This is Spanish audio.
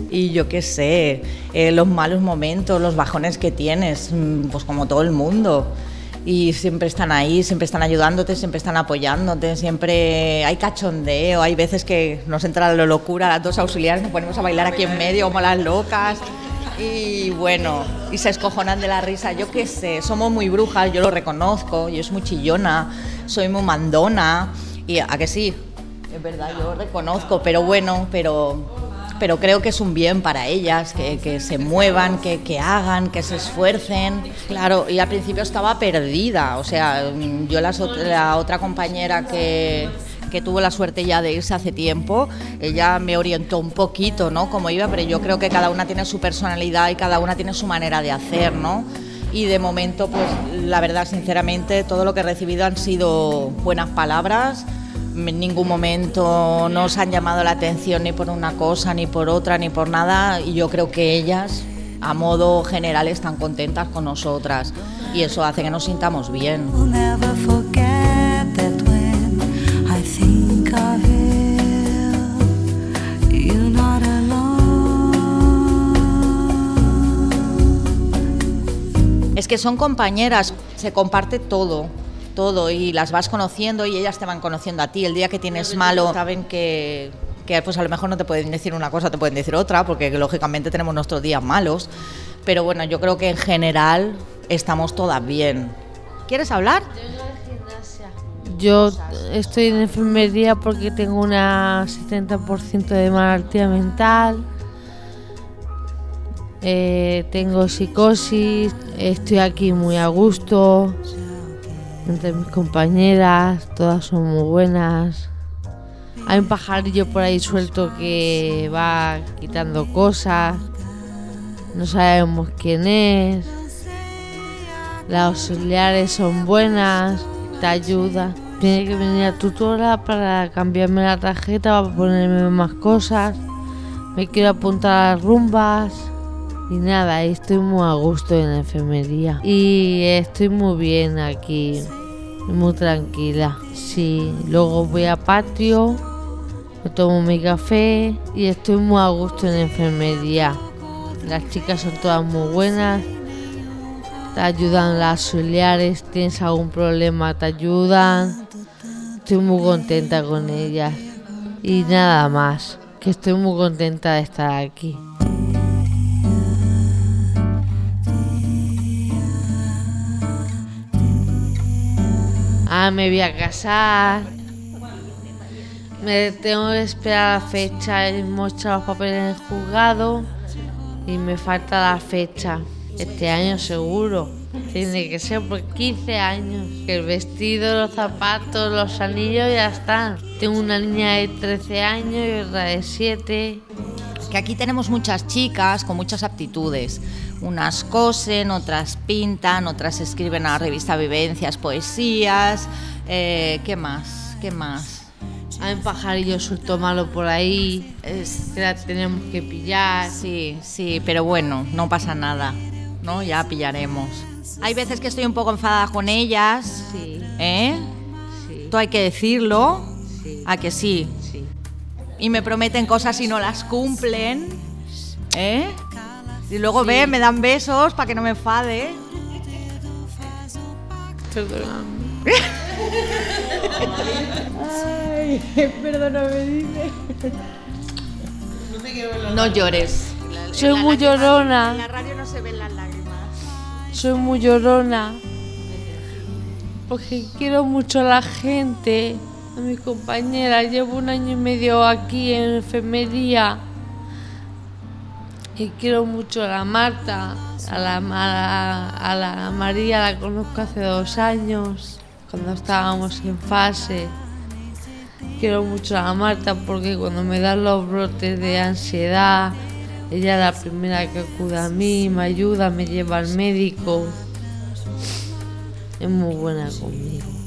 y yo qué sé, los malos momentos, los bajones que tienes, pues como todo el mundo. Y siempre están ahí, siempre están ayudándote, siempre están apoyándote, siempre hay cachondeo, hay veces que nos entra la locura, las dos auxiliares nos ponemos a bailar aquí en medio como las locas y bueno, y se escojonan de la risa, yo qué sé, somos muy brujas, yo lo reconozco, yo soy muy chillona, soy muy mandona y a que sí, es verdad, yo lo reconozco, pero bueno, pero creo que es un bien para ellas, que se muevan, que hagan, que se esfuercen. Claro, y al principio estaba perdida, o sea, yo la otra compañera que tuvo la suerte ya de irse hace tiempo, ella me orientó un poquito, ¿no?, cómo iba, pero yo creo que cada una tiene su personalidad y cada una tiene su manera de hacer, ¿no? Y de momento, pues la verdad, sinceramente, todo lo que he recibido han sido buenas palabras. En ningún momento nos han llamado la atención ni por una cosa, ni por otra, ni por nada, y yo creo que ellas, a modo general, están contentas con nosotras y eso hace que nos sintamos bien. Es que son compañeras, se comparte todo y las vas conociendo y ellas te van conociendo a ti. El día que tienes malo, saben que pues a lo mejor no te pueden decir una cosa, te pueden decir otra, porque lógicamente tenemos nuestros días malos. Pero bueno, yo creo que en general estamos todas bien. ¿Quieres hablar? Yo estoy en enfermería porque tengo una 70% de malaltía mental. Tengo psicosis, estoy aquí muy a gusto. Entre mis compañeras, todas son muy buenas. Hay un pajarillo por ahí suelto que va quitando cosas. No sabemos quién es. Las auxiliares son buenas, te ayudan. Tiene que venir a tutora para cambiarme la tarjeta, para ponerme más cosas. Me quiero apuntar a las rumbas. Y nada, estoy muy a gusto en la enfermería. Y estoy muy bien aquí, muy tranquila. Sí, luego voy a patio, me tomo mi café y estoy muy a gusto en la enfermería. Las chicas son todas muy buenas, te ayudan las auxiliares, tienes algún problema, te ayudan. Estoy muy contenta con ellas. Y nada más, que estoy muy contenta de estar aquí. Me voy a casar, me tengo que esperar la fecha, hemos echado los papeles en el juzgado y me falta la fecha. Este año seguro, tiene que ser por 15 años, que el vestido, los zapatos, los anillos ya están. Tengo una niña de 13 años y otra de 7. Que aquí tenemos muchas chicas con muchas aptitudes. Unas cosen, otras pintan, otras escriben a la revista Vivencias, poesías. ¿Qué más? Hay un pajarillo suelto malo por ahí, que la tenemos que pillar. Sí, pero bueno, no pasa nada, ¿no? Ya pillaremos. Hay veces que estoy un poco enfadada con ellas, Sí. Sí. Todo hay que decirlo, Sí. ¿a que sí? Sí. Y me prometen cosas y no las cumplen, y luego me dan besos para que no me enfade. Perdóname. Ay, perdóname, dice. No llores. Soy muy llorona. En la radio no se ven las lágrimas. Soy muy llorona. Porque quiero mucho a la gente, a mis compañeras. Llevo 1 año y medio aquí en enfermería. Y quiero mucho a la Marta, a la María, la conozco hace 2 años, cuando estábamos en fase. Quiero mucho a la Marta porque cuando me dan los brotes de ansiedad, ella es la primera que acude a mí, me ayuda, me lleva al médico. Es muy buena conmigo.